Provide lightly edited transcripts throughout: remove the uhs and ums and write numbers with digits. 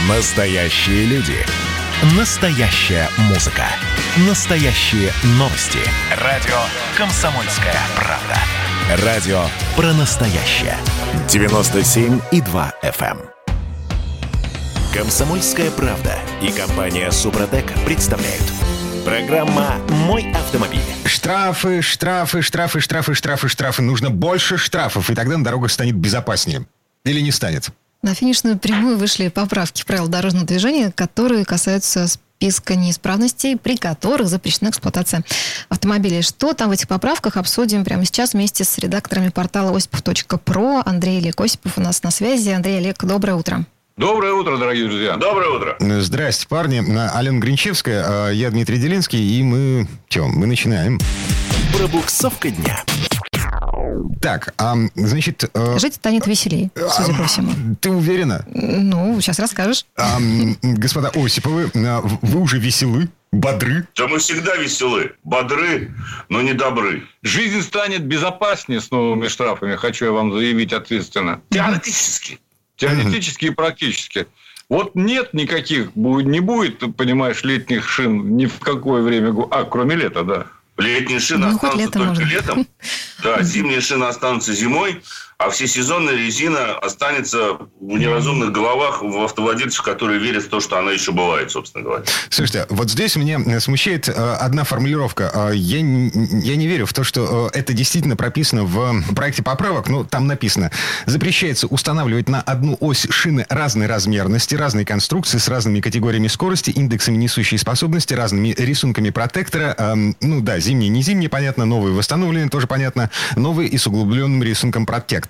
Настоящие люди. Настоящая музыка. Настоящие новости. Радио «Комсомольская правда». Радио про настоящее. 97,2 FM. «Комсомольская правда» и компания «Супротек» представляют. Программа «Мой автомобиль». Штрафы. Нужно больше штрафов, и тогда на дорогах станет безопаснее. Или не станет? На финишную прямую вышли поправки в правила дорожного движения, которые касаются списка неисправностей, при которых запрещена эксплуатация автомобилей. Что там в этих поправках, обсудим прямо сейчас вместе с редакторами портала осипов.про. Андрей Олег Осипов у нас на связи. Андрей Олег, доброе утро. Доброе утро, дорогие друзья. Доброе утро. Здрасте, парни. Алена Гринчевская, я Дмитрий Делинский, и мы начинаем. Пробуксовка дня. Так, значит... Жить станет веселее, судя по всему. Ты уверена? Ну, сейчас расскажешь. Господа Осиповы, вы уже веселы? Бодры? Да мы всегда веселы, бодры, но не добры. Жизнь станет безопаснее с новыми штрафами, хочу я вам заявить ответственно. Теоретически. Теоретически и практически. Вот нет никаких, не будет, понимаешь, летних шин ни в какое время, кроме лета, да. Летние шины останутся только летом. Да, зимние шины останутся зимой, а всесезонная резина останется в неразумных головах в автовладельцев, которые верят в то, что она еще бывает, собственно говоря. Слушайте, вот здесь меня смущает одна формулировка. Я не верю в то, что это действительно прописано в проекте поправок. Но там написано: запрещается устанавливать на одну ось шины разной размерности, разной конструкции, с разными категориями скорости, индексами несущей способности, разными рисунками протектора. Зимние, не зимние, понятно, новые восстановленные, тоже понятно, новые и с углубленным рисунком протектора.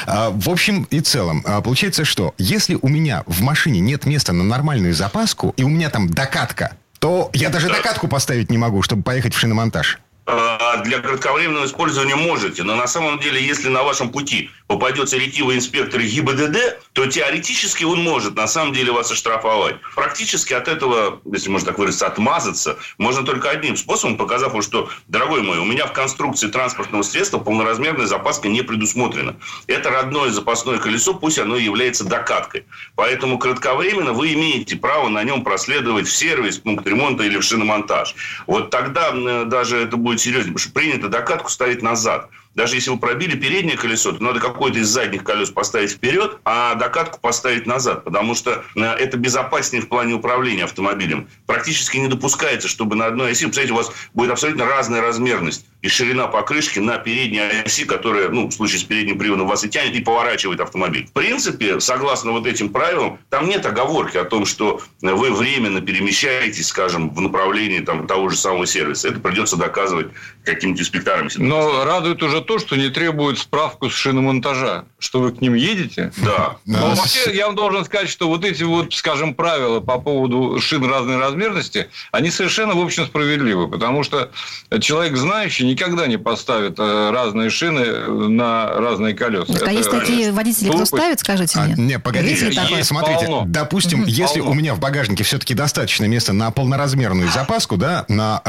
В общем и целом, получается, что если у меня в машине нет места на нормальную запаску, и у меня там докатка, то я даже докатку поставить не могу, чтобы поехать в шиномонтаж. Для кратковременного использования можете, но на самом деле, если на вашем пути попадется ретивый инспектор ГИБДД, то теоретически он может на самом деле вас оштрафовать. Практически от этого, если можно так выразиться, отмазаться можно только одним способом, показав, что, дорогой мой, у меня в конструкции транспортного средства полноразмерная запаска не предусмотрена. Это родное запасное колесо, пусть оно и является докаткой. Поэтому кратковременно вы имеете право на нем проследовать в сервис, пункт ремонта или в шиномонтаж. Вот тогда даже это будет серьезнее, потому что принято докатку ставить назад. Даже если вы пробили переднее колесо, то надо какое-то из задних колес поставить вперед, а докатку поставить назад. Потому что это безопаснее в плане управления автомобилем. Практически не допускается, чтобы на одной оси, представляете, у вас будет абсолютно разная размерность и ширина покрышки на передней оси, которая, в случае с передним приводом, вас и тянет, и поворачивает автомобиль. В принципе, согласно вот этим правилам, там нет оговорки о том, что вы временно перемещаетесь, скажем, в направлении того же самого сервиса. Это придется доказывать какими-то инспекторами. Но радует уже то, что не требует справку с шиномонтажа, что вы к ним едете. Да. Но вообще я вам должен сказать, что вот эти скажем, правила по поводу шин разной размерности, они совершенно, в общем, справедливы. Потому что человек знающий никогда не поставит разные шины на разные колеса. А есть такие водители, кто ставит, скажите мне? Не, погодите, смотрите. Полно. Допустим, если у меня в багажнике все-таки достаточно места на полноразмерную запаску, да,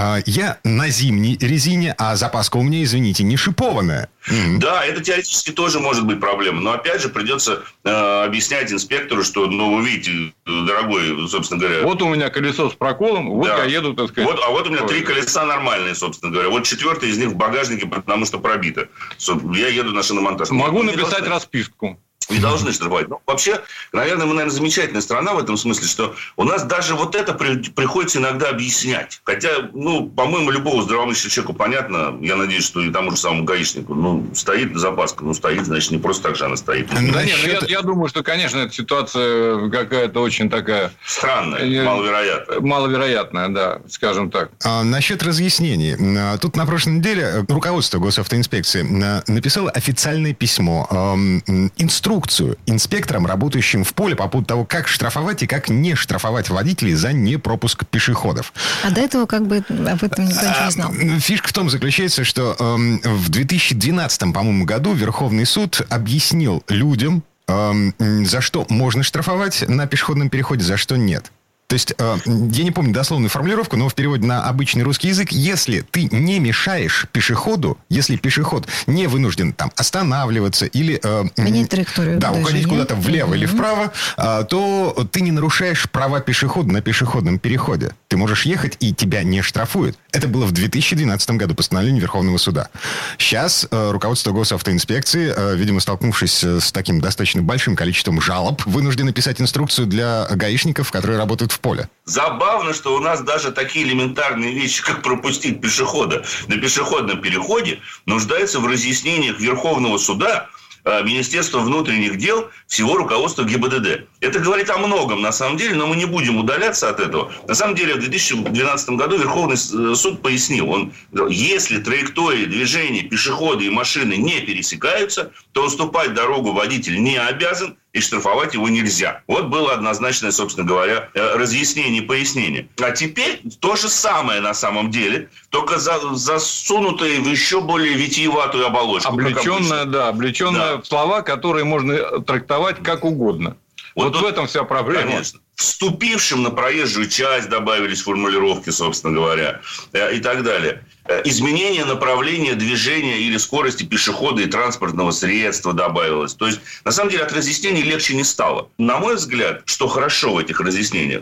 я на зимней резине, а запаска у меня, извините, не шипованная. Да, это теоретически тоже может быть проблема. Но опять же придется объяснять инспектору, что, вы видите, дорогой, собственно говоря... Вот у меня колесо с проколом, я еду, так сказать... Вот у меня 3 колеса нормальные, собственно говоря. Вот 4-е из них в багажнике, потому что пробито. Я еду на шиномонтаж. Могу написать расписку. Не должны штрафовать. Вообще, наверное, мы, замечательная страна в этом смысле, что у нас даже вот это приходится иногда объяснять. Хотя, по-моему, любому здравомыслящему человеку понятно, я надеюсь, что и тому же самому гаишнику, стоит запаска, стоит, значит, не просто так же она стоит. Да нет, я думаю, что, конечно, эта ситуация какая-то очень такая... Странная, маловероятная. Маловероятная, да, скажем так. Насчет разъяснений. Тут на прошлой неделе руководство госавтоинспекции написало официальное письмо, инструкцию инспекторам, работающим в поле, по поводу того, как штрафовать и как не штрафовать водителей за непропуск пешеходов. А до этого об этом никто ничего не знал. Фишка в том заключается, что в 2012, по-моему, году Верховный суд объяснил людям, за что можно штрафовать на пешеходном переходе, за что нет. То есть, я не помню дословную формулировку, но в переводе на обычный русский язык, если ты не мешаешь пешеходу, если пешеход не вынужден там останавливаться или... менять траекторию. Да, уходить куда-то влево или вправо, то ты не нарушаешь права пешехода на пешеходном переходе. Ты можешь ехать, и тебя не штрафуют. Это было в 2012 году, постановление Верховного суда. Сейчас руководство госавтоинспекции, видимо, столкнувшись с таким достаточно большим количеством жалоб, вынуждено писать инструкцию для гаишников, которые работают в поле. Забавно, что у нас даже такие элементарные вещи, как пропустить пешехода на пешеходном переходе, нуждаются в разъяснениях Верховного суда, Министерства внутренних дел, всего руководства ГИБДД. Это говорит о многом, на самом деле, но мы не будем удаляться от этого. На самом деле, в 2012 году Верховный суд пояснил, если траектории движения пешехода и машины не пересекаются, то уступать дорогу водитель не обязан, и штрафовать его нельзя. Вот было однозначное, собственно говоря, разъяснение и пояснение. А теперь то же самое на самом деле, только засунутое в еще более витиеватую оболочку. Облеченная в слова, которые можно трактовать как угодно. Вот в этом вся проблема. Конечно. Вступившим на проезжую часть добавились формулировки, собственно говоря, и так далее. Изменение направления движения или скорости пешехода и транспортного средства добавилось. То есть, на самом деле, от разъяснений легче не стало. На мой взгляд, что хорошо в этих разъяснениях,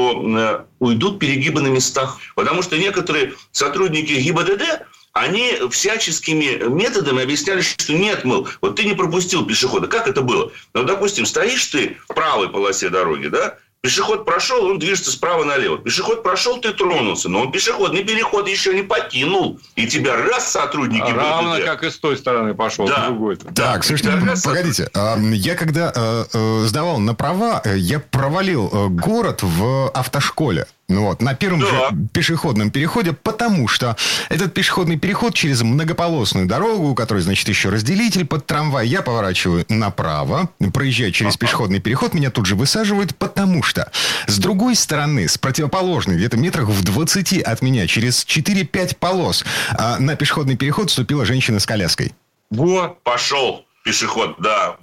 что уйдут перегибы на местах. Потому что некоторые сотрудники ГИБДД, они всяческими методами объясняли, что нет, мол, вот ты не пропустил пешехода. Как это было? Ну, допустим, стоишь ты в правой полосе дороги, да? Пешеход прошел, он движется справа налево. Пешеход прошел, ты тронулся, но он пешеходный переход еще не покинул. И тебя раз сотрудники... Равно как и с той стороны пошел, с другой. Так, слушайте, погодите. Я когда сдавал на права, я провалил город в автошколе. На первом же пешеходном переходе, потому что этот пешеходный переход через многополосную дорогу, у которой, значит, еще разделитель под трамвай, я поворачиваю направо, проезжаю через пешеходный переход, меня тут же высаживают, потому что с другой стороны, с противоположной, где-то метрах в 20 от меня, через 4-5 полос, на пешеходный переход вступила женщина с коляской. Пошел. Пешеход, да.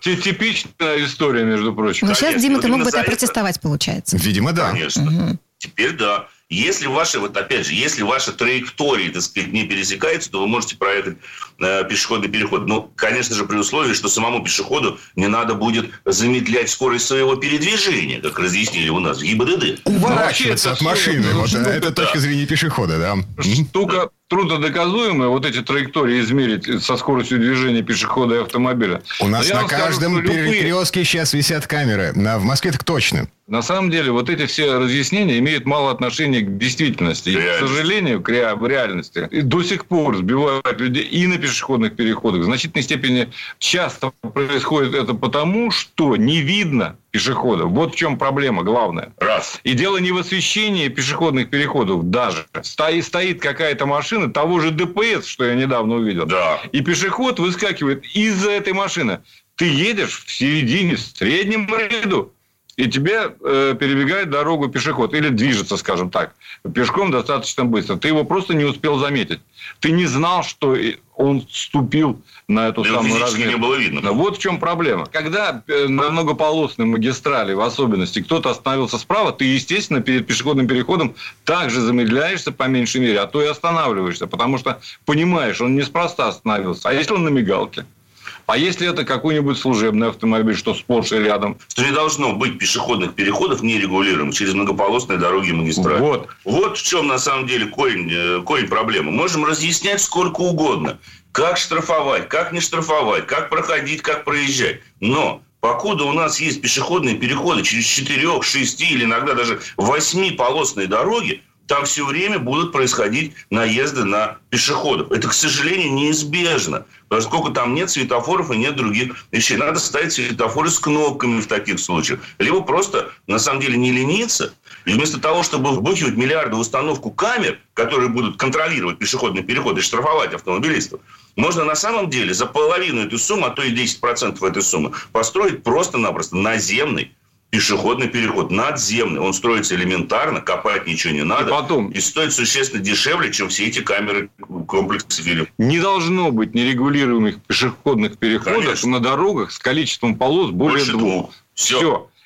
Типичная история, между прочим. Но сейчас, Дима, ты мог бы протестовать, получается. Видимо, да. Конечно. Теперь да. Если ваши, если ваши траектории, так сказать, не пересекаются, то вы можете проехать пешеходный переход. Конечно же, при условии, что самому пешеходу не надо будет замедлять скорость своего передвижения, как разъяснили у нас в ГИБДД. Уворачиваться от машины. Это точка зрения пешехода, да. Штука труднодоказуемая, вот эти траектории измерить со скоростью движения пешехода и автомобиля. У нас на каждом перекрестке сейчас висят камеры. В Москве так точно. На самом деле, вот эти все разъяснения имеют мало отношения к действительности. И, к сожалению, к реальности. И до сих пор сбивают людей и на пешеходных переходах. В значительной степени часто происходит это потому, что не видно пешехода. Вот в чем проблема главная. И дело не в освещении пешеходных переходов даже. Стоит какая-то машина того же ДПС, что я недавно увидел. Да. И пешеход выскакивает из-за этой машины. Ты едешь в середине, в среднем ряду. И тебе перебегает дорогу пешеход. Или движется, скажем так, пешком достаточно быстро. Ты его просто не успел заметить. Ты не знал, что он вступил на эту самую разметку. Не было видно. Вот в чем проблема. Когда на многополосной магистрали, в особенности, кто-то остановился справа, ты, естественно, перед пешеходным переходом также замедляешься по меньшей мере, а то и останавливаешься. Потому что понимаешь, он неспроста остановился. А если он на мигалке? А если это какой-нибудь служебный автомобиль, что сплошь и рядом? Что не должно быть пешеходных переходов нерегулируемых через многополосные дороги и магистрали. Вот в чем на самом деле корень проблемы. Можем разъяснять сколько угодно. Как штрафовать, как не штрафовать, как проходить, как проезжать. Но покуда у нас есть пешеходные переходы через 4, 6 или иногда даже 8-полосные дороги, там все время будут происходить наезды на пешеходов. Это, к сожалению, неизбежно. Поскольку там нет светофоров и нет других вещей. Надо ставить светофоры с кнопками в таких случаях. Либо просто, на самом деле, не лениться. И вместо того, чтобы вбухивать миллиарды в установку камер, которые будут контролировать пешеходные переходы и штрафовать автомобилистов, можно на самом деле за половину этой суммы, а то и 10% этой суммы, построить просто-напросто наземный пешеходный переход, надземный. Он строится элементарно, копать ничего не надо. И стоит существенно дешевле, чем все эти камеры комплекса фильмов. Не должно быть нерегулируемых пешеходных переходов на дорогах с количеством полос более 2. Все.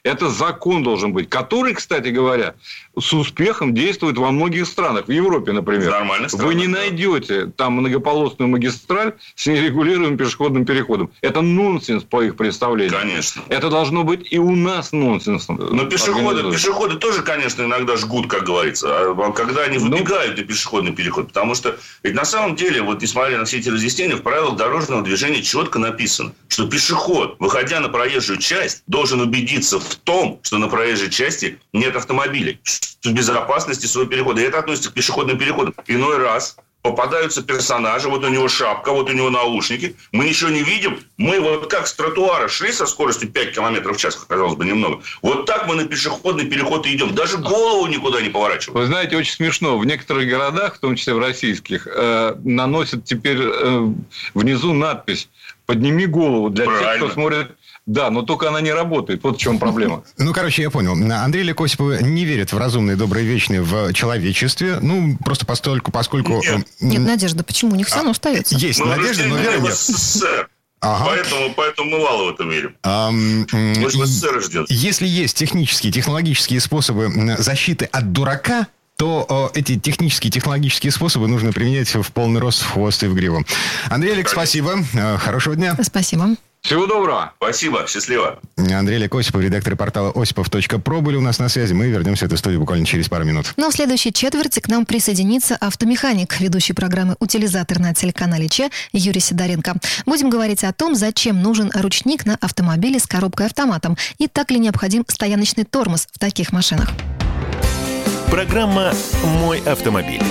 Это закон должен быть, который, кстати говоря, с успехом действует во многих странах. В Европе, например. Нормально. Вы не найдете там многополосную магистраль с нерегулируемым пешеходным переходом. Это нонсенс по их представлению. Конечно. Это должно быть и у нас нонсенсом. Но пешеходы тоже, конечно, иногда жгут, как говорится, когда они выбегают на пешеходный переход. Потому что ведь на самом деле, вот несмотря на все эти разъяснения, в правилах дорожного движения четко написано, что пешеход, выходя на проезжую часть, должен убедиться в том, что на проезжей части нет автомобилей, в безопасности своего перехода. И это относится к пешеходным переходам. Иной раз попадаются персонажи, вот у него шапка, вот у него наушники, мы ничего не видим, мы вот как с тротуара шли со скоростью 5 км в час, казалось бы, немного, вот так мы на пешеходный переход и идем, даже голову никуда не поворачиваем. Вы знаете, очень смешно, в некоторых городах, в том числе в российских, наносят теперь внизу надпись «Подними голову» для тех, кто смотрит. Да, но только она не работает. Вот в чем проблема. Я понял. Андрей Олег Осипов не верит в разумное, доброе, вечное в человечестве. Просто поскольку... Нет, Надежда, почему? У них все равно остается. Есть надежда, но веры нет. Ага. Поэтому мы мало в этом верим. Мы же в СССР ждем. Если есть технические, технологические способы защиты от дурака, то эти технические, технологические способы нужно применять в полный рост, в хвост и в гриву. Андрей Олег, спасибо. Хорошего дня. Спасибо. Всего доброго. Спасибо. Счастливо. Андрей Олег Осипов, редактор портала осипов.про, были у нас на связи. Мы вернемся в эту студию буквально через пару минут. Но в следующей четверти к нам присоединится автомеханик, ведущий программы «Утилизатор» на телеканале Че Юрий Сидоренко. Будем говорить о том, зачем нужен ручник на автомобиле с коробкой-автоматом и так ли необходим стояночный тормоз в таких машинах. Программа «Мой автомобиль».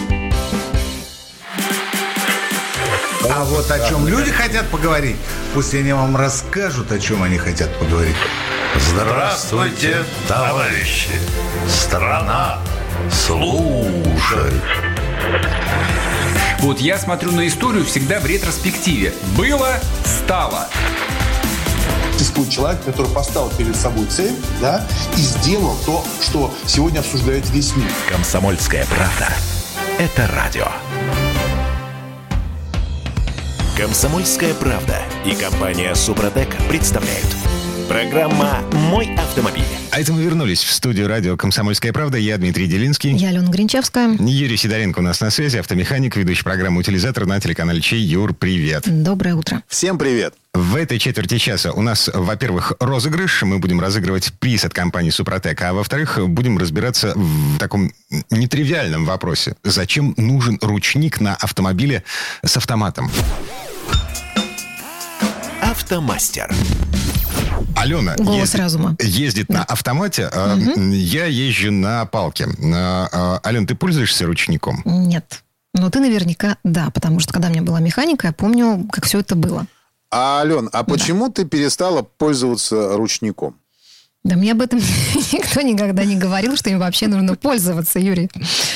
А вот о чем люди хотят поговорить, пусть они вам расскажут, о чем они хотят поговорить. Здравствуйте, товарищи! Страна служит! Вот я смотрю на историю всегда в ретроспективе. Было, стало. Существует человек, который поставил перед собой цель, да, и сделал то, что сегодня обсуждает весь мир. «Комсомольская правда» — это радио. «Комсомольская правда» и компания «Супротек» представляют. Программа «Мой автомобиль». А это мы вернулись в студию радио «Комсомольская правда». Я Дмитрий Делинский. Я Алена Гринчевская. Юрий Сидоренко у нас на связи, автомеханик, ведущий программы «Утилизатор» на телеканале Че. Юр, привет. Доброе утро. Всем привет. В этой четверти часа у нас, во-первых, розыгрыш. Мы будем разыгрывать приз от компании «Супротек». А во-вторых, будем разбираться в таком нетривиальном вопросе. Зачем нужен ручник на автомобиле с автоматом? «Автомастер». Алена Голос разума. ездит на автомате, я езжу на палке. Алена, ты пользуешься ручником? Нет. Но ты наверняка да, потому что когда у меня была механика, я помню, как все это было. Ален, а почему ты перестала пользоваться ручником? Да мне об этом никто никогда не говорил, что им вообще нужно пользоваться, Юрий.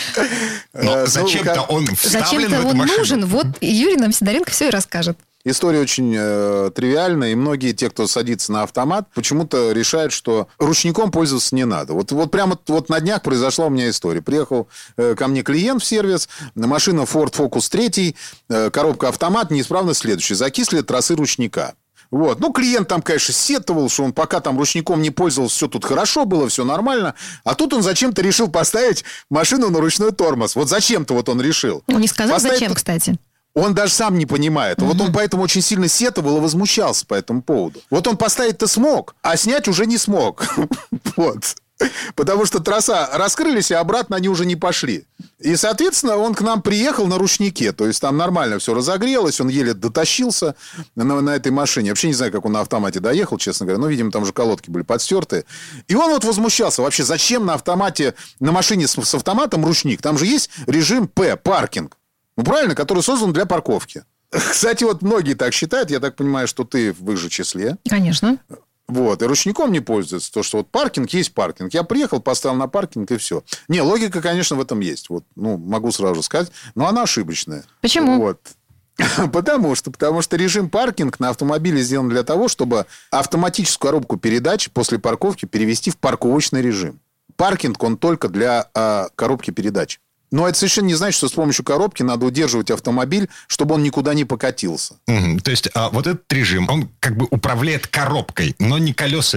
Но зачем-то он вставлен Зачем-то в эту он машину. нужен. Вот Юрий нам Сидоренко все и расскажет. История очень тривиальная, и многие те, кто садится на автомат, почему-то решают, что ручником пользоваться не надо. Вот прямо вот на днях произошла у меня история. Приехал ко мне клиент в сервис, машина Ford Focus 3, коробка автомат, неисправность следующая. Закисли тросы ручника. Вот. Ну, клиент там, конечно, сетовал, что он пока там ручником не пользовался, все тут хорошо было, все нормально. А тут он зачем-то решил поставить машину на ручной тормоз. Вот зачем-то вот он решил. Он не сказал, Поставить... зачем, кстати. Он даже сам не понимает. Вот он поэтому очень сильно сетовал и возмущался по этому поводу. Вот он поставить-то смог, а снять уже не смог. Вот. Потому что троса раскрылись, и обратно они уже не пошли. И, соответственно, он к нам приехал на ручнике. То есть там нормально все разогрелось, он еле дотащился на этой машине. Вообще не знаю, как он на автомате доехал, честно говоря. Ну, видимо, там же колодки были подстертые. И он вот возмущался. Вообще, зачем на автомате, на машине с автоматом ручник? Там же есть режим П, паркинг. Ну, правильно, который создан для парковки. Кстати, вот многие так считают. Я так понимаю, что ты в их же числе. Конечно. Вот. И ручником не пользуются. То, что вот паркинг есть паркинг. Я приехал, поставил на паркинг, и все. Не, логика, конечно, в этом есть. Вот, ну, могу сразу же сказать. Но она ошибочная. Почему? Вот. Потому что режим паркинг на автомобиле сделан для того, чтобы автоматическую коробку передач после парковки перевести в парковочный режим. Паркинг, он только для коробки передач. Но это совершенно не значит, что с помощью коробки надо удерживать автомобиль, чтобы он никуда не покатился. То есть вот этот режим, он как бы управляет коробкой, но не колесами.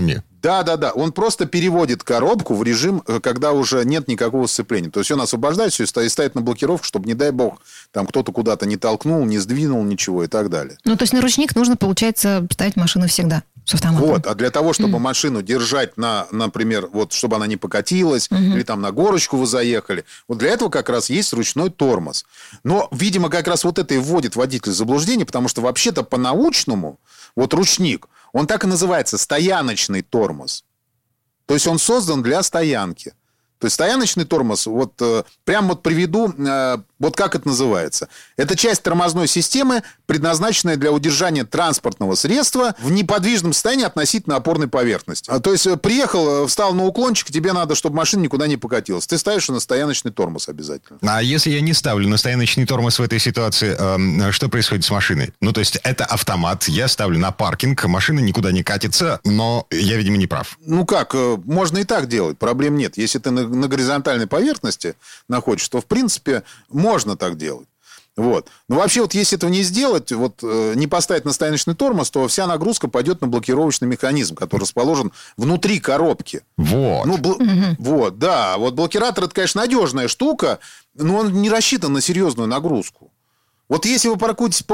Да. Он просто переводит коробку в режим, когда уже нет никакого сцепления. То есть он освобождает все и ставит на блокировку, чтобы, не дай бог, там кто-то куда-то не толкнул, не сдвинул ничего и так далее. Ну, то есть на ручник нужно, получается, ставить машину всегда с автоматом. Вот. А для того, чтобы машину держать например, вот, чтобы она не покатилась, или там на горочку вы заехали, вот для этого как раз есть ручной тормоз. Но, видимо, как раз вот это и вводит водителя в заблуждение, потому что вообще-то по-научному вот ручник, он так и называется, стояночный тормоз. То есть он создан для стоянки. То есть стояночный тормоз, вот прям вот приведу, вот как это называется. Это часть тормозной системы, предназначенная для удержания транспортного средства в неподвижном состоянии относительно опорной поверхности. То есть приехал, встал на уклончик, тебе надо, чтобы машина никуда не покатилась. Ты ставишь на стояночный тормоз обязательно. А если я не ставлю на стояночный тормоз в этой ситуации, что происходит с машиной? Ну, то есть это автомат, я ставлю на паркинг, машина никуда не катится, но я, видимо, не прав. Ну как, можно и так делать, проблем нет. Если ты на горизонтальной поверхности находишься, то, в принципе, можно так делать. Вот. Но вообще, вот если этого не сделать, вот не поставить на стояночный тормоз, то вся нагрузка пойдет на блокировочный механизм, который расположен внутри коробки. Вот. Вот, да. Вот блокиратор, это, конечно, надежная штука, но он не рассчитан на серьезную нагрузку. Вот если вы паркуетесь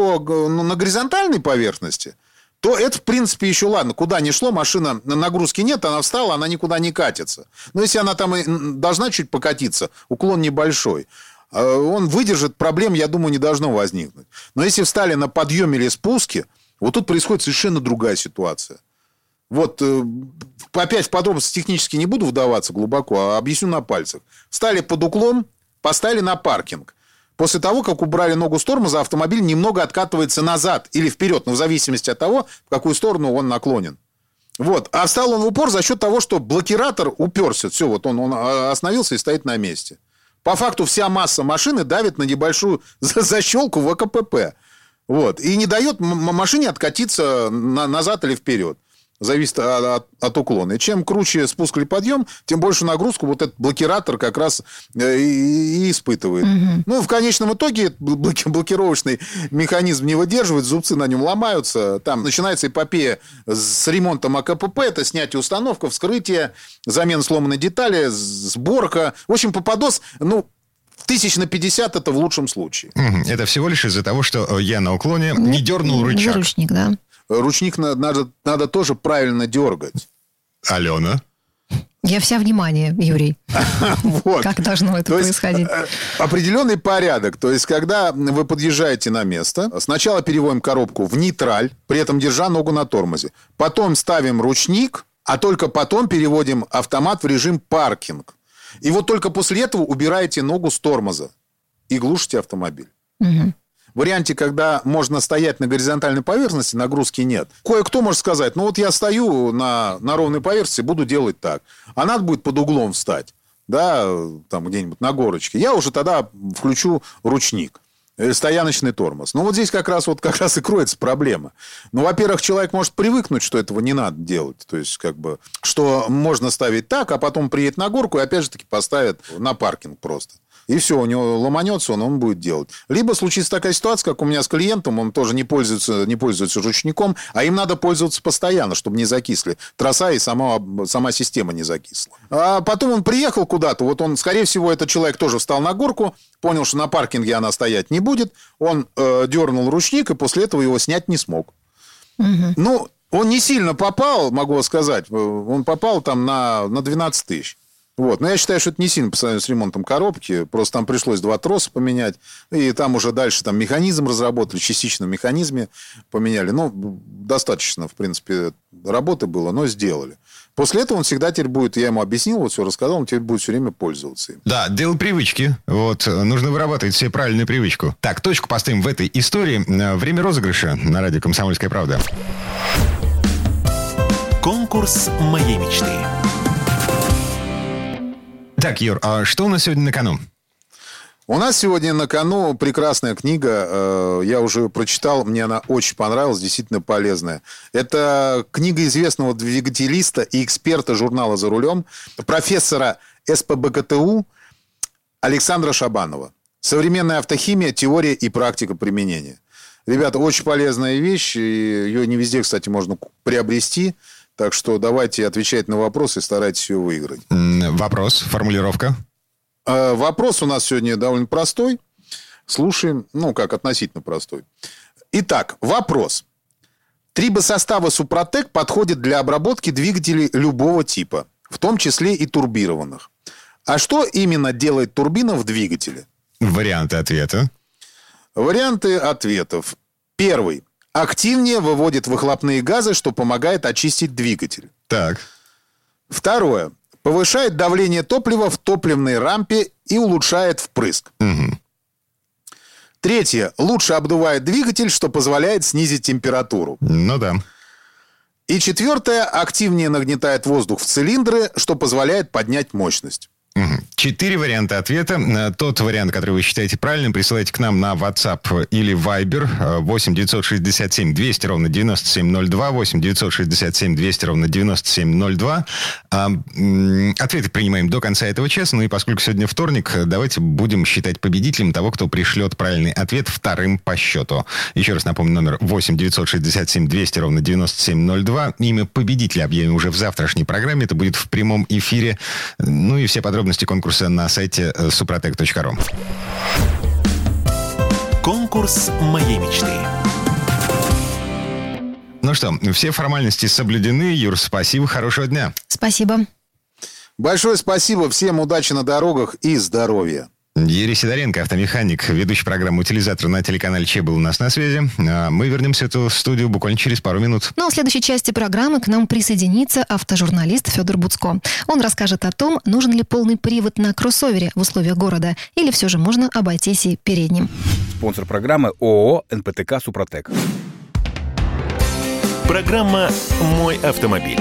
на горизонтальной поверхности, то это, в принципе, еще ладно. Куда ни шло, машина, нагрузки нет, она встала, она никуда не катится. Но если она там и должна чуть покатиться, уклон небольшой, он выдержит, проблем, я думаю, не должно возникнуть. Но если встали на подъеме или спуске, вот тут происходит совершенно другая ситуация. Вот, опять в подробности технически не буду вдаваться глубоко, а объясню на пальцах. Встали под уклон, поставили на паркинг. После того, как убрали ногу с тормоза, автомобиль немного откатывается назад или вперед, но в зависимости от того, в какую сторону он наклонен. Вот. А встал он в упор за счет того, что блокиратор уперся. Все, вот он остановился и стоит на месте. По факту вся масса машины давит на небольшую защелку в АКПП. Вот. И не дает машине откатиться назад или вперед. Зависит от уклона. И чем круче спуск или подъем, тем больше нагрузку вот этот блокиратор как раз и испытывает. Ну, в конечном итоге блокировочный механизм не выдерживает, зубцы на нем ломаются. Там начинается эпопея с ремонтом АКПП. Это снятие установка, вскрытие, замена сломанной детали, сборка. В общем, попадос, 1050 это в лучшем случае. Это всего лишь из-за того, что я на уклоне не дернул рычаг. Ручник, да. Ручник надо тоже правильно дергать. Алена? Я вся внимание, Юрий. Вот. Как должно это происходить? Определенный порядок. То есть, когда вы подъезжаете на место, сначала переводим коробку в нейтраль, при этом держа ногу на тормозе. Потом ставим ручник, а только потом переводим автомат в режим паркинг. И вот только после этого убираете ногу с тормоза и глушите автомобиль. В варианте, когда можно стоять на горизонтальной поверхности, нагрузки нет. Кое-кто может сказать, вот я стою на ровной поверхности, буду делать так. А надо будет под углом встать, да, там где-нибудь на горочке. Я уже тогда включу ручник. Стояночный тормоз. Вот здесь как раз и кроется проблема. Во-первых, человек может привыкнуть, что этого не надо делать. То есть, что можно ставить так, а потом приедет на горку и опять же таки поставит на паркинг просто. И все, у него ломанется, он будет делать. Либо случится такая ситуация, как у меня с клиентом, он тоже не пользуется ручником, а им надо пользоваться постоянно, чтобы не закисли троса и сама система не закисла. А потом он приехал куда-то, вот он, скорее всего, этот человек тоже встал на горку, понял, что на паркинге она стоять не будет, он дернул ручник, и после этого его снять не смог. Он не сильно попал, могу сказать, он попал там на 12 тысяч. Вот. Но я считаю, что это не сильно по сравнению с ремонтом коробки. Просто там пришлось 2 троса поменять. И там уже дальше механизм разработали, частично в механизме поменяли. Достаточно, в принципе, работы было, но сделали. После этого он всегда теперь будет, я ему объяснил, все рассказал, он теперь будет все время пользоваться им. Да, дело привычки. Нужно вырабатывать себе правильную привычку. Так, точку поставим в этой истории. Время розыгрыша на радио «Комсомольская правда». Конкурс моей мечты. Так, Юр, а что у нас сегодня на кону? У нас сегодня на кону прекрасная книга. Я уже ее прочитал, мне она очень понравилась, действительно полезная. Это книга известного двигателиста и эксперта журнала «За рулем», профессора СПбГТУ Александра Шабанова. «Современная автохимия. Теория и практика применения». Ребята, очень полезная вещь. Ее не везде, кстати, можно приобрести. Так что давайте отвечать на вопросы и старайтесь ее выиграть. Вопрос, формулировка. Вопрос у нас сегодня довольно простой. Слушаем, относительно простой. Итак, вопрос. Трибосоставы Супротек подходят для обработки двигателей любого типа, в том числе и турбированных. А что именно делает турбина в двигателе? Варианты ответа. Варианты ответов. Первый. Активнее выводит выхлопные газы, что помогает очистить двигатель. Так. Второе. Повышает давление топлива в топливной рампе и улучшает впрыск. Угу. Третье. Лучше обдувает двигатель, что позволяет снизить температуру. Ну да. И четвертое. Активнее нагнетает воздух в цилиндры, что позволяет поднять мощность. 4 варианта ответа. Тот вариант, который вы считаете правильным, присылайте к нам на WhatsApp или Viber 8 967 200 ровно 9702, 8 967 200 ровно 9702. Ответы принимаем до конца этого часа. Ну и поскольку сегодня вторник, давайте будем считать победителем того, кто пришлет правильный ответ вторым по счету. Еще раз напомню, номер 8 967 200 ровно 9702. Имя победителя объявим уже в завтрашней программе. Это будет в прямом эфире. Ну и все подробности конкурса на сайте suprotec.ru. Конкурс моей мечты. Ну что, все формальности соблюдены. Юр, спасибо, хорошего дня. Спасибо. Большое спасибо, всем удачи на дорогах и здоровья. Юрий Сидоренко, автомеханик, ведущий программы «Утилизатор» на телеканале ЧЕ был у нас на связи. Мы вернемся в эту студию буквально через пару минут. Ну а в следующей части программы к нам присоединится автожурналист Федор Буцко. Он расскажет о том, нужен ли полный привод на кроссовере в условиях города, или все же можно обойтись и передним. Спонсор программы ООО «НПТК Супротек». Программа «Мой автомобиль».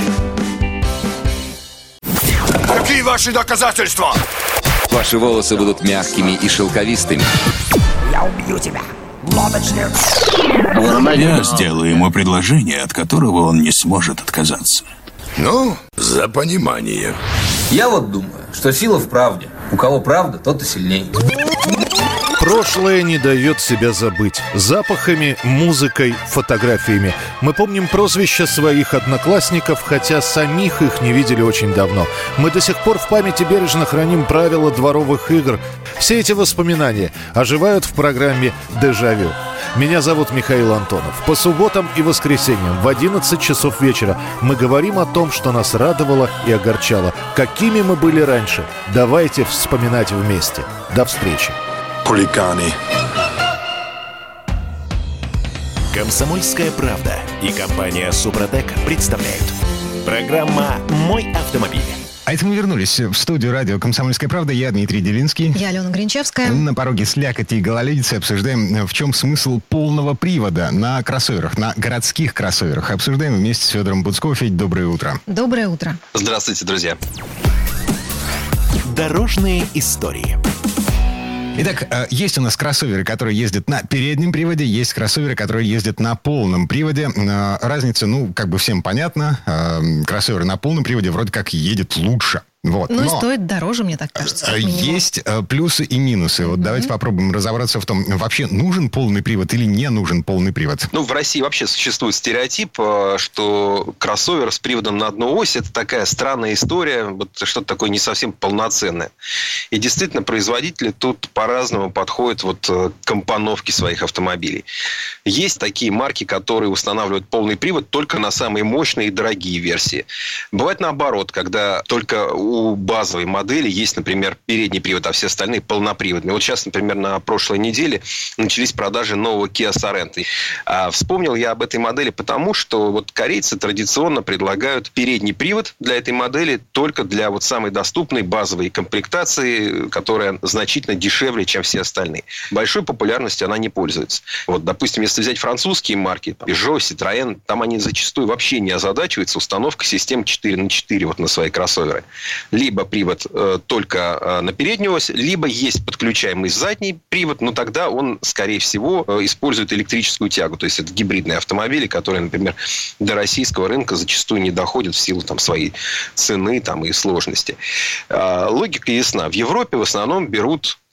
Какие ваши доказательства? Ваши волосы будут мягкими и шелковистыми. Я убью тебя, лодочник. Я сделаю ему предложение, от которого он не сможет отказаться. Ну, за понимание. Я вот думаю, что сила в правде. У кого правда, тот и сильней. Прошлое не дает себя забыть. Запахами, музыкой, фотографиями. Мы помним прозвища своих одноклассников, хотя самих их не видели очень давно. Мы до сих пор в памяти бережно храним правила дворовых игр. Все эти воспоминания оживают в программе «Дежавю». Меня зовут Михаил Антонов. По субботам и воскресеньям в 11 часов вечера мы говорим о том, что нас радовало и огорчало. Какими мы были раньше. Давайте вспоминать вместе. До встречи. Хулиганы. «Комсомольская правда» и компания «Супротек» представляют. Программа «Мой автомобиль». А это мы вернулись в студию радио «Комсомольская правда». Я Дмитрий Делинский. Я Алена Гринчевская. На пороге слякоти и гололедицы обсуждаем, в чем смысл полного привода на кроссоверах, на городских кроссоверах. Обсуждаем вместе с Федором Буцко. Федь, доброе утро. Доброе утро. Здравствуйте, друзья. Дорожные истории. Итак, есть у нас кроссоверы, которые ездят на переднем приводе, есть кроссоверы, которые ездят на полном приводе. Разница, всем понятна. Кроссовер на полном приводе вроде как едет лучше. Вот. И стоит дороже, мне так кажется. Есть плюсы и минусы. Вот давайте попробуем разобраться в том, вообще нужен полный привод или не нужен полный привод. В России вообще существует стереотип, что кроссовер с приводом на одну ось – это такая странная история, что-то такое не совсем полноценное. И действительно, производители тут по-разному подходят к компоновке своих автомобилей. Есть такие марки, которые устанавливают полный привод только на самые мощные и дорогие версии. Бывает наоборот, когда только у базовой модели есть, например, передний привод, а все остальные полноприводные. Вот сейчас, например, на прошлой неделе начались продажи нового Kia Sorento. Вспомнил я об этой модели потому, что корейцы традиционно предлагают передний привод для этой модели только для самой доступной базовой комплектации, которая значительно дешевле, чем все остальные. Большой популярностью она не пользуется. Допустим, если взять французские марки, Peugeot, Citroën, там они зачастую вообще не озадачиваются установкой системы 4x4 на свои кроссоверы. Либо привод только на переднюю ось, либо есть подключаемый задний привод, но тогда он, скорее всего, использует электрическую тягу. То есть, это гибридные автомобили, которые, например, до российского рынка зачастую не доходят в силу своей цены и сложности. Логика ясна. В Европе в основном берут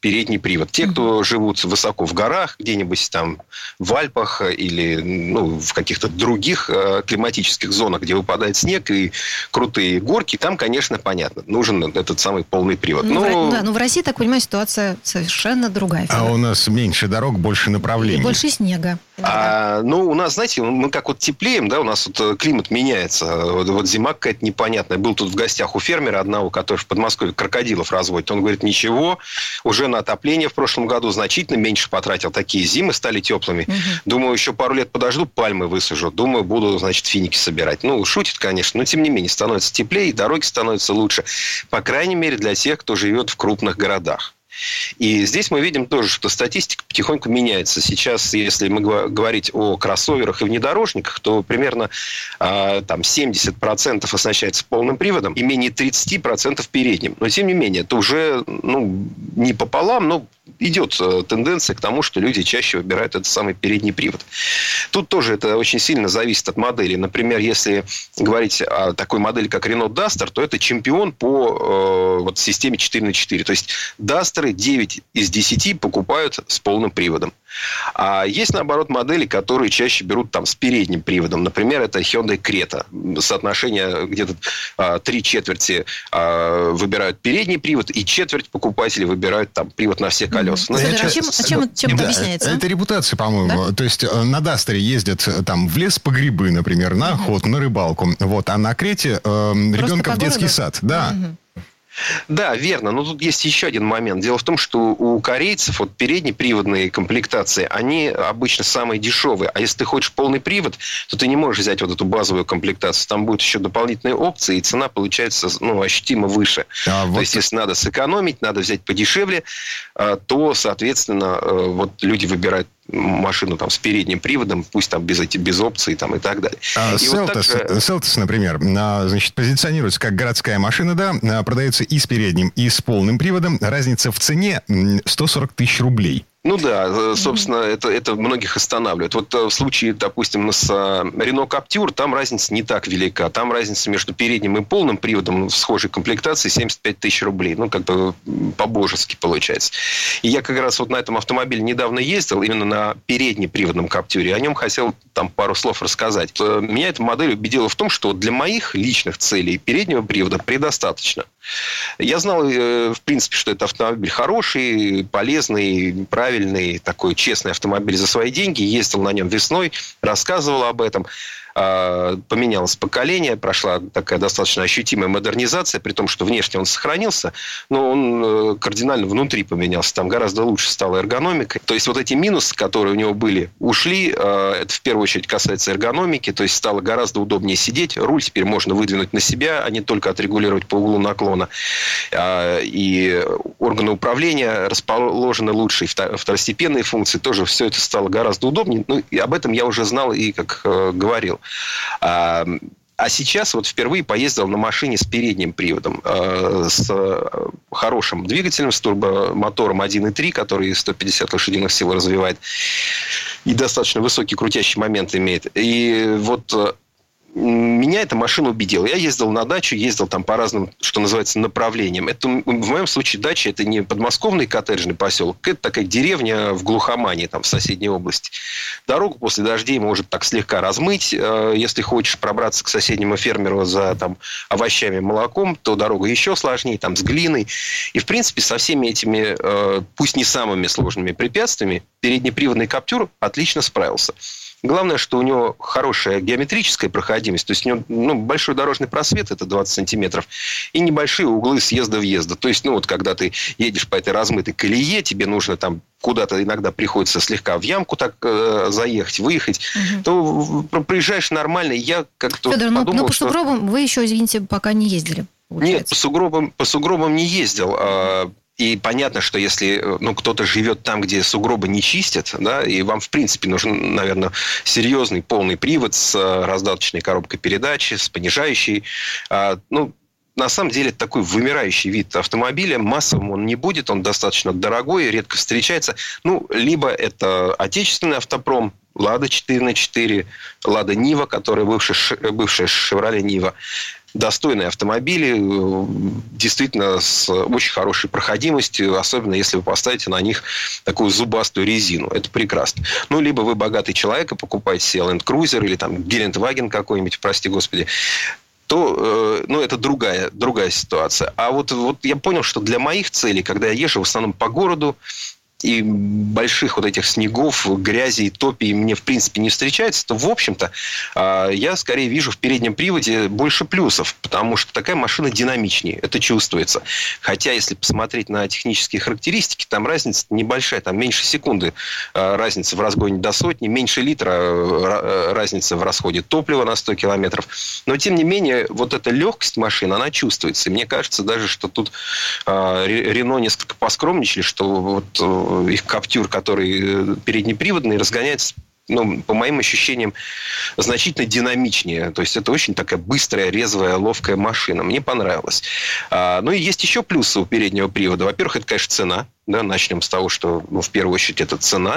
передний привод. Те, кто живут высоко в горах, где-нибудь там в Альпах или в каких-то других климатических зонах, где выпадает снег и крутые горки, там, конечно, понятно, нужен этот самый полный привод. Но в России, так понимаю, ситуация совершенно другая. А у нас меньше дорог, больше направлений. И больше снега. У нас, знаете, мы как вот теплеем, да, у нас вот климат меняется. Вот зима какая-то непонятная. Был тут в гостях у фермера одного, который в Подмосковье крокодилов разводит. Он говорит, ничего, уже на отопление в прошлом году значительно меньше потратил. Такие зимы стали теплыми. Думаю, еще пару лет подожду, пальмы высажу. Думаю, буду, значит, финики собирать. Шутит, конечно, но тем не менее становится теплее, дороги становятся лучше. По крайней мере, для тех, кто живет в крупных городах. И здесь мы видим тоже, что статистика потихоньку меняется. Сейчас, если мы говорить о кроссоверах и внедорожниках, то примерно 70% оснащается полным приводом и менее 30% передним. Но, тем не менее, это уже не пополам, но идет тенденция к тому, что люди чаще выбирают этот самый передний привод. Тут тоже это очень сильно зависит от модели. Например, если говорить о такой модели, как Renault Duster, то это чемпион по системе 4х4. То есть Duster 9 из 10 покупают с полным приводом. А есть, наоборот, модели, которые чаще берут там с передним приводом. Например, это Hyundai Creta. Соотношение где-то 3/4 выбирают передний привод, и четверть покупателей выбирают там привод на все колеса. Чем это объясняется? Это репутация, по-моему. Да? То есть на Дастере ездят там в лес по грибы, например, на охоту, на рыбалку. А на Крете ребенка в детский сад. Да. Да, верно. Но тут есть еще один момент. Дело в том, что у корейцев переднеприводные комплектации, они обычно самые дешевые. А если ты хочешь полный привод, то ты не можешь взять вот эту базовую комплектацию. Там будут еще дополнительные опции, и цена получается ощутимо выше. То есть, если надо сэкономить, надо взять подешевле, то, соответственно, люди выбирают машину там с передним приводом, пусть там без опций там, и так далее. Селтос, например, позиционируется как городская машина, да, продается и с передним, и с полным приводом. Разница в цене 140 тысяч рублей. Собственно, это многих останавливает. В случае, допустим, с Renault Captur, там разница не так велика. Там разница между передним и полным приводом в схожей комплектации 75 тысяч рублей. По-божески получается. И я как раз на этом автомобиле недавно ездил, именно на переднеприводном Captur. О нем хотел там пару слов рассказать. Меня эта модель убедила в том, что для моих личных целей переднего привода предостаточно. Я знал, в принципе, что это автомобиль хороший, полезный, правильный, такой честный автомобиль за свои деньги. Ездил на нем весной, рассказывал об этом. Поменялось поколение, прошла такая достаточно ощутимая модернизация, при том, что внешне он сохранился, но он кардинально внутри поменялся. Там гораздо лучше стала эргономика. То есть, эти минусы, которые у него были, ушли. Это в первую очередь касается эргономики. То есть, стало гораздо удобнее сидеть. Руль теперь можно выдвинуть на себя, а не только отрегулировать по углу наклона. И органы управления расположены лучше. И второстепенные функции тоже. Все это стало гораздо удобнее. И об этом я уже знал и как говорил. А сейчас впервые поездил на машине с передним приводом, с хорошим двигателем, с турбомотором 1.3, который 150 лошадиных сил развивает, и достаточно высокий крутящий момент имеет. И меня эта машина убедила. Я ездил на дачу, ездил там по разным, что называется, направлениям. Это, в моем случае, дача – это не подмосковный коттеджный поселок, это такая деревня в глухомане, там, в соседней области. Дорогу после дождей может так слегка размыть. Если хочешь пробраться к соседнему фермеру за овощами, молоком, то дорога еще сложнее, там, с глиной. И, в принципе, со всеми этими, пусть не самыми сложными препятствиями, переднеприводный Captur отлично справился. Главное, что у него хорошая геометрическая проходимость. То есть, у него большой дорожный просвет, это 20 сантиметров, и небольшие углы съезда-въезда. То есть, когда ты едешь по этой размытой колее, тебе нужно там куда-то иногда приходится слегка в ямку так заехать, выехать, то проезжаешь нормально. Я как-то подумал, но по сугробам вы еще, извините, пока не ездили, получается. Нет, по сугробам не ездил. И понятно, что если кто-то живет там, где сугробы не чистят, да, и вам, в принципе, нужен, наверное, серьезный полный привод с раздаточной коробкой передач, с понижающей. На самом деле, это такой вымирающий вид автомобиля. Массовым он не будет, он достаточно дорогой, редко встречается. Либо это отечественный автопром, Лада 4х4, Лада Нива, которая бывшая Chevrolet Нива. достойные автомобили, действительно с очень хорошей проходимостью, особенно если вы поставите на них такую зубастую резину. Это прекрасно. Ну, либо вы богатый человек и покупаете себе Land Cruiser или там Гелендваген какой-нибудь, прости господи, то, это другая ситуация. А вот я понял, что для моих целей, когда я езжу в основном по городу, и больших вот этих снегов, грязи и топи мне, в принципе, не встречается, то, в общем-то, я скорее вижу в переднем приводе больше плюсов, потому что такая машина динамичнее, это чувствуется. Хотя, если посмотреть на технические характеристики, там разница небольшая, там меньше секунды разница в разгоне до сотни, меньше литра разница в расходе топлива на 100 километров. Но, тем не менее, вот эта легкость машины, она чувствуется. И мне кажется даже, что тут Рено несколько поскромничали, что вот их Каптюр, который переднеприводный, разгоняется, по моим ощущениям, значительно динамичнее. То есть это очень такая быстрая, резвая, ловкая машина. Мне понравилось. Ну и есть еще плюсы у переднего привода. Во-первых, это, конечно, цена. Да, начнем с того, что в первую очередь это цена.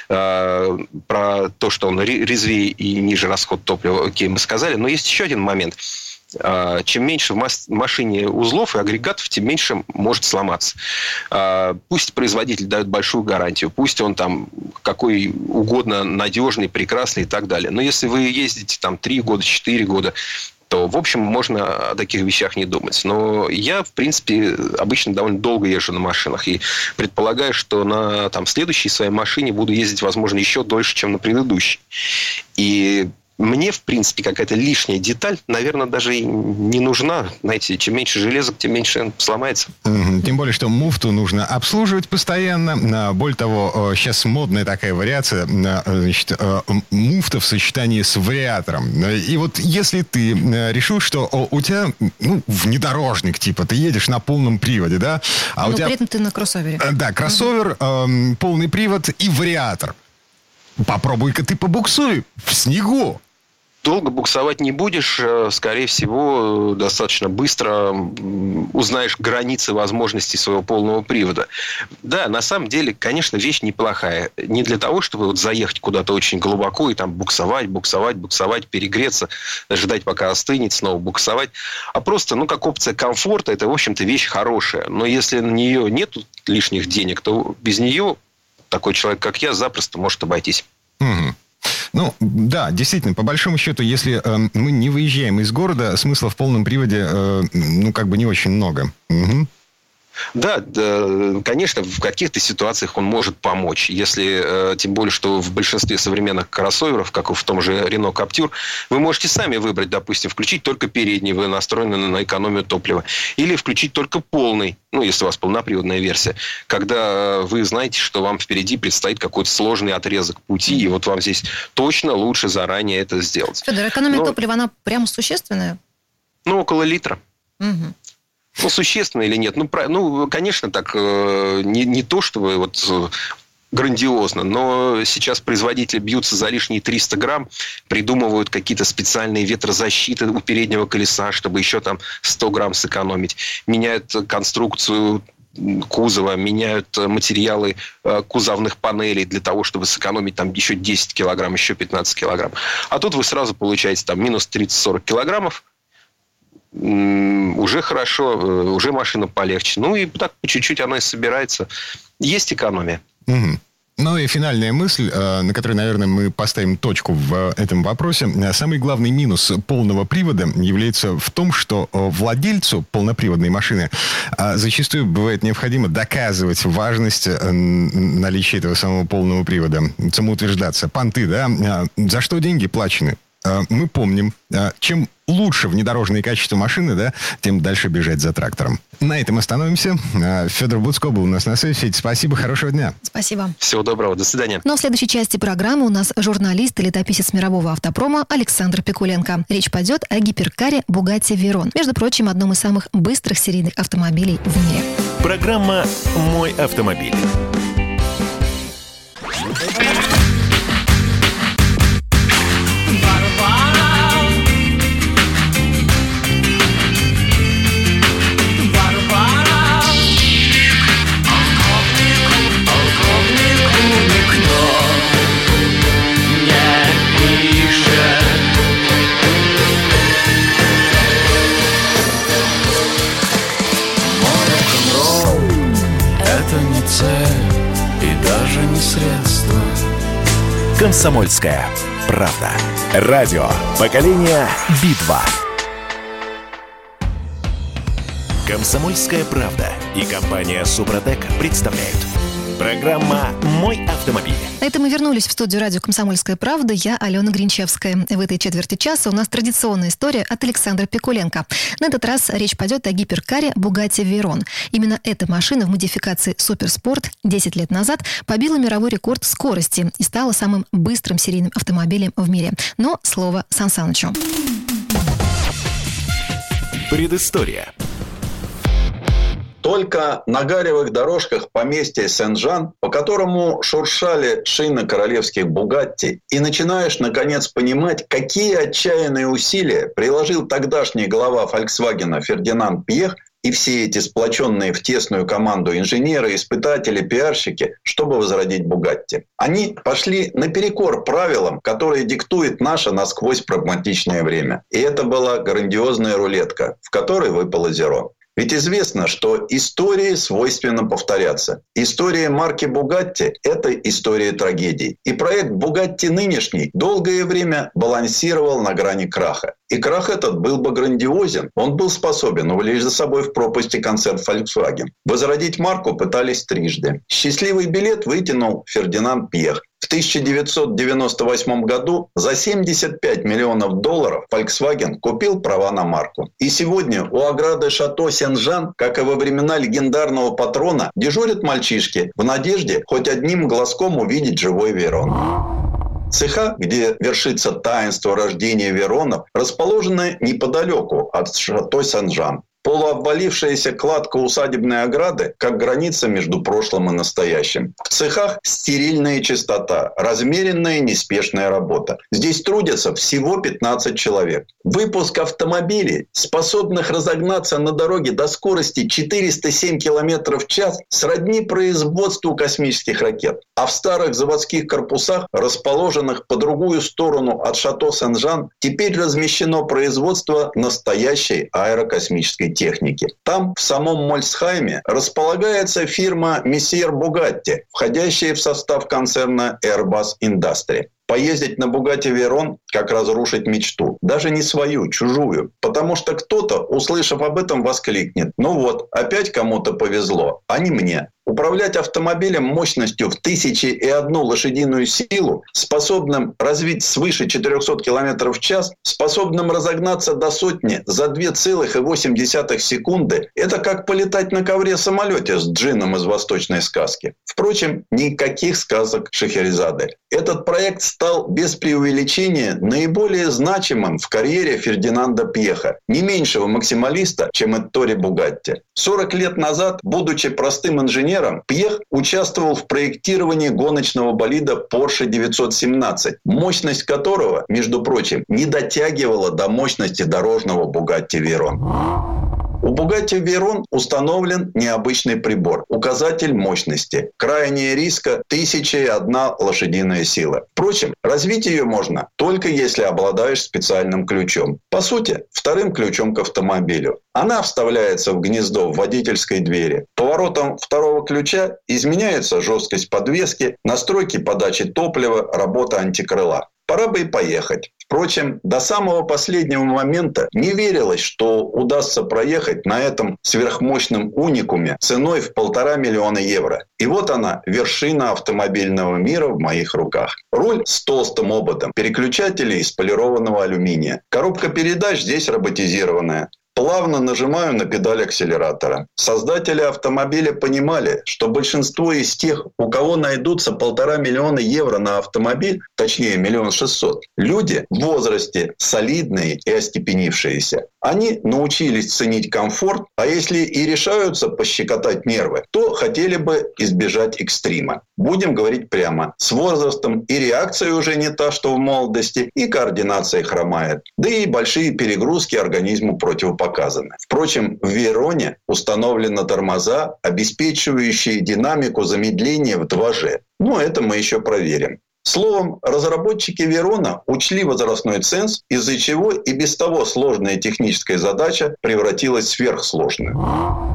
Про то, что он резвее и ниже расход топлива, окей, мы сказали. Но есть еще один момент. Чем меньше в машине узлов и агрегатов, тем меньше может сломаться. Пусть производитель дает большую гарантию, пусть он там какой угодно надежный, прекрасный и так далее. Но если вы ездите там 3 года, 4 года, то, в общем, можно о таких вещах не думать. Но я, в принципе, обычно довольно долго езжу на машинах. И предполагаю, что на следующей своей машине буду ездить, возможно, еще дольше, чем на предыдущей. И мне, в принципе, какая-то лишняя деталь, наверное, даже и не нужна. Знаете, чем меньше железок, тем меньше сломается. Тем более, что муфту нужно обслуживать постоянно. Более того, сейчас модная такая вариация, значит, муфта в сочетании с вариатором. И вот если ты решил, что у тебя внедорожник, типа, ты едешь на полном приводе, да? А у тебя... при этом ты на кроссовере. Да, кроссовер, полный привод и вариатор. Попробуй-ка ты побуксуй в снегу. Долго буксовать не будешь. Скорее всего, достаточно быстро узнаешь границы возможностей своего полного привода. Да, на самом деле, конечно, вещь неплохая. Не для того, чтобы заехать куда-то очень глубоко и там буксовать, перегреться, ждать, пока остынет, снова буксовать. А просто, как опция комфорта, это, в общем-то, вещь хорошая. Но если на нее нет лишних денег, то без нее такой человек, как я, запросто может обойтись. Ну, да, действительно, по большому счету, если мы не выезжаем из города, смысла в полном приводе, не очень много. Да, конечно, в каких-то ситуациях он может помочь. Если, тем более, что в большинстве современных кроссоверов, как и в том же Renault Captur, вы можете сами выбрать, допустим, включить только передний, вы настроены на экономию топлива. Или включить только полный, если у вас полноприводная версия, когда вы знаете, что вам впереди предстоит какой-то сложный отрезок пути, и вот вам здесь точно лучше заранее это сделать. Федор, экономия топлива, она прям существенная? Около литра. Существенно или нет? Конечно, так не то, чтобы грандиозно, но сейчас производители бьются за лишние 300 грамм, придумывают какие-то специальные ветрозащиты у переднего колеса, чтобы еще там 100 грамм сэкономить. Меняют конструкцию кузова, меняют материалы кузовных панелей для того, чтобы сэкономить там еще 10 килограмм, еще 15 килограмм. А тут вы сразу получаете там минус 30-40 килограммов, уже хорошо, уже машина полегче. И так по чуть-чуть она и собирается. Есть экономия. Ну и финальная мысль, на которой, наверное, мы поставим точку в этом вопросе. Самый главный минус полного привода является в том, что владельцу полноприводной машины зачастую бывает необходимо доказывать важность наличия этого самого полного привода. Самоутверждаться. Понты, да? За что деньги плачены? Мы помним, чем лучше внедорожное качество машины, да, тем дальше бежать за трактором. На этом остановимся. Федор Буцко был у нас на связи. Федь, спасибо, хорошего дня. Спасибо. Всего доброго, до свидания. Но в следующей части программы у нас журналист и летописец мирового автопрома Александр Пикуленко. Речь пойдет о гиперкаре Bugatti Veyron. Между прочим, одном из самых быстрых серийных автомобилей в мире. Программа «Мой автомобиль». даже не средство. «Комсомольская правда». Радио поколения Би-2. «Комсомольская правда» и компания «Супротек» представляют. Программа «Мой автомобиль». Это мы вернулись в студию радио «Комсомольская правда». Я Алена Гринчевская. В этой четверти часа у нас традиционная история от Александра Пикуленко. На этот раз речь пойдет о гиперкаре Bugatti Veyron. Именно эта машина в модификации Суперспорт 10 лет назад побила мировой рекорд скорости и стала самым быстрым серийным автомобилем в мире. Но слово Сан Санычу. Предыстория. Только на гаревых дорожках поместья Сен-Жан, по которому шуршали шины королевских «Бугатти», и начинаешь, наконец, понимать, какие отчаянные усилия приложил тогдашний глава Volkswagen Фердинанд Пьех и все эти сплоченные в тесную команду инженеры, испытатели, пиарщики, чтобы возродить «Бугатти». Они пошли наперекор правилам, которые диктует наше насквозь прагматичное время. И это была грандиозная рулетка, в которой выпал Озерон. Ведь известно, что истории свойственно повторяться. История марки Bugatti – это история трагедий. И проект Bugatti нынешний долгое время балансировал на грани краха. И крах этот был бы грандиозен. Он был способен увлечь за собой в пропасти концерн Volkswagen. Возродить марку пытались трижды. Счастливый билет вытянул Фердинанд Пьех. В 1998 году за $75 миллионов Volkswagen купил права на марку. И сегодня у ограды шато Сен-Жан, как и во времена легендарного патрона, дежурят мальчишки в надежде хоть одним глазком увидеть живой Вейрон. Цеха, где вершится таинство рождения Вейронов, расположены неподалеку от шато Сен-Жан. Полуобвалившаяся кладка усадебной ограды, как граница между прошлым и настоящим. В цехах стерильная чистота, размеренная неспешная работа. Здесь трудятся всего 15 человек. Выпуск автомобилей, способных разогнаться на дороге до скорости 407 км в час, сродни производству космических ракет. А в старых заводских корпусах, расположенных по другую сторону от шато Сен-Жан, теперь размещено производство настоящей аэрокосмической техники. Там, в самом Мольсхайме, располагается фирма Месье Bugatti, входящая в состав концерна Airbus Industrie. Поездить на Bugatti Veyron, как разрушить мечту. Даже не свою, чужую. Потому что кто-то, услышав об этом, воскликнет: ну вот, опять кому-то повезло, а не мне. Управлять автомобилем мощностью в 1001 лошадиную силу, способным развить свыше 400 км в час, способным разогнаться до сотни за 2,8 секунды, это как полетать на ковре-самолете с джинном из восточной сказки. Впрочем, никаких сказок Шахерезады. Этот проект стал без преувеличения наиболее значимым в карьере Фердинанда Пьеха, не меньшего максималиста, чем Ettore Bugatti. 40 лет назад, будучи простым инженером, Пьех участвовал в проектировании гоночного болида Porsche 917, мощность которого, между прочим, не дотягивала до мощности дорожного Bugatti Veyron. У Bugatti Veyron установлен необычный прибор – указатель мощности. Крайняя риска – 1001 лошадиная сила. Впрочем, развить ее можно только если обладаешь специальным ключом. По сути, вторым ключом к автомобилю. Она вставляется в гнездо в водительской двери. Поворотом второго ключа изменяется жесткость подвески, настройки подачи топлива, работа антикрыла. Пора бы и поехать. Впрочем, до самого последнего момента не верилось, что удастся проехать на этом сверхмощном уникуме ценой в 1,5 миллиона евро. И вот она, вершина автомобильного мира в моих руках. Руль с толстым ободом, переключатели из полированного алюминия. Коробка передач здесь роботизированная. Плавно нажимаю на педаль акселератора. Создатели автомобиля понимали, что большинство из тех, у кого найдутся 1,5 миллиона евро на автомобиль, точнее 1 600 000, люди в возрасте, солидные и остепенившиеся. Они научились ценить комфорт, а если и решаются пощекотать нервы, то хотели бы избежать экстрима. Будем говорить прямо. С возрастом и реакция уже не та, что в молодости, и координация хромает. Да и большие перегрузки организму противопоказаны. Впрочем, в Вейроне установлены тормоза, обеспечивающие динамику замедления в 2G. Но это мы еще проверим. Словом, разработчики Вейрона учли возрастной ценз, из-за чего и без того сложная техническая задача превратилась в сверхсложную.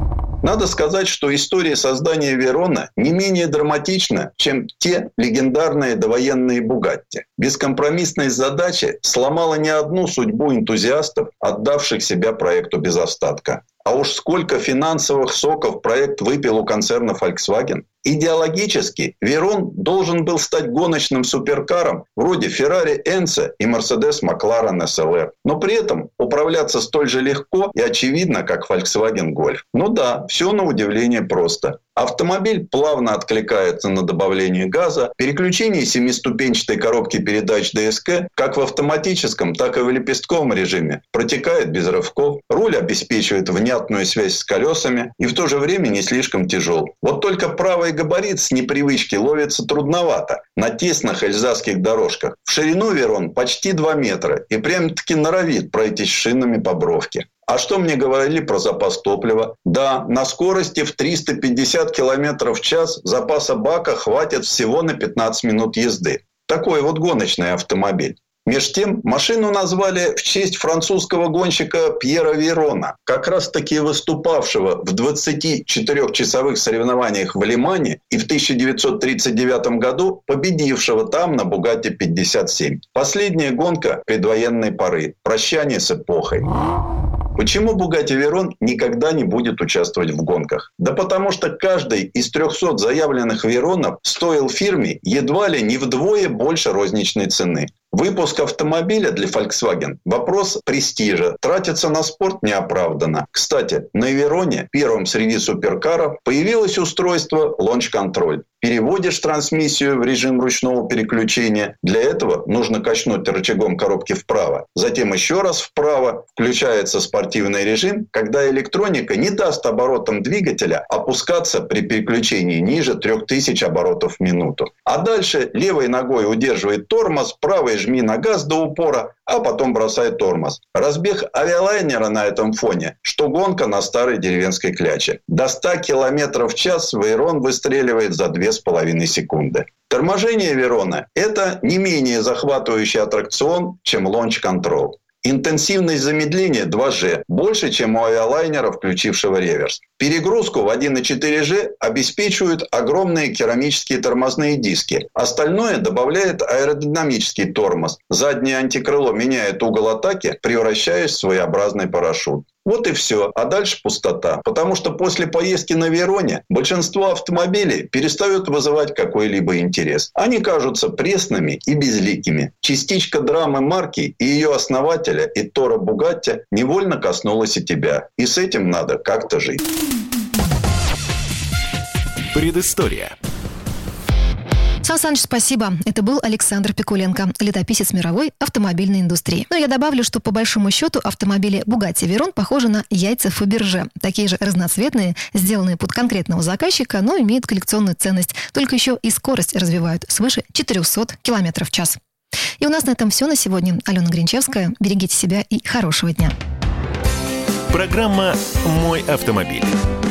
Надо сказать, что история создания Вейрона не менее драматична, чем те легендарные довоенные Бугатти. Бескомпромиссность задачи сломала не одну судьбу энтузиастов, отдавших себя проекту без остатка. А уж сколько финансовых соков проект выпил у концерна Volkswagen. Идеологически Вейрон должен был стать гоночным суперкаром вроде Ferrari Enzo и Mercedes McLaren SLR. Но при этом управляться столь же легко и очевидно, как Volkswagen Golf. Ну да, все на удивление просто. Автомобиль плавно откликается на добавление газа, переключение семиступенчатой коробки передач ДСК как в автоматическом, так и в лепестковом режиме протекает без рывков, руль обеспечивает внятную связь с колесами и в то же время не слишком тяжел. Вот только правый габарит с непривычки ловится трудновато на тесных эльзасских дорожках. В ширину Вейрон почти 2 метра и прям-таки норовит пройтись шинами по бровке. А что мне говорили про запас топлива? Да, на скорости в 350 км в час запаса бака хватит всего на 15 минут езды. Такой вот гоночный автомобиль. Меж тем, машину назвали в честь французского гонщика Пьера Вейрона, как раз-таки выступавшего в 24-часовых соревнованиях в Лимане и в 1939 году победившего там на Bugatti 57. Последняя гонка предвоенной поры. Прощание с эпохой. Почему Bugatti Veyron никогда не будет участвовать в гонках? Да потому что каждый из 300 заявленных Вейронов стоил фирме едва ли не вдвое больше розничной цены. Выпуск автомобиля для Volkswagen – вопрос престижа. Тратиться на спорт неоправданно. Кстати, на Вейроне, первом среди суперкаров, появилось устройство Launch Control. Переводишь трансмиссию в режим ручного переключения. Для этого нужно качнуть рычагом коробки вправо. Затем еще раз вправо. Включается спортивный режим, когда электроника не даст оборотам двигателя опускаться при переключении ниже 3000 оборотов в минуту. А дальше левой ногой удерживает тормоз, правой жми на газ до упора, а потом бросай тормоз. Разбег авиалайнера на этом фоне, что гонка на старой деревенской кляче. До 100 км в час Вейрон выстреливает за 2,5 секунды. Торможение Вейрона – это не менее захватывающий аттракцион, чем Launch Control. Интенсивность замедления 2G, больше, чем у авиалайнера, включившего реверс. Перегрузку в 1,4G обеспечивают огромные керамические тормозные диски. Остальное добавляет аэродинамический тормоз. Заднее антикрыло меняет угол атаки, превращаясь в своеобразный парашют. Вот и все. А дальше пустота. Потому что после поездки на Вейроне большинство автомобилей перестают вызывать какой-либо интерес. Они кажутся пресными и безликими. Частичка драмы марки и ее основателя Иттора Бугатти невольно коснулась и тебя. И с этим надо как-то жить. Предыстория. Сан Саныч, спасибо. Это был Александр Пикуленко, летописец мировой автомобильной индустрии. Но я добавлю, что по большому счету автомобили Bugatti Veyron похожи на яйца Фаберже. Такие же разноцветные, сделанные под конкретного заказчика, но имеют коллекционную ценность. Только еще и скорость развивают свыше 400 км в час. И у нас на этом все на сегодня. Алена Гринчевская. Берегите себя и хорошего дня. Программа «Мой автомобиль».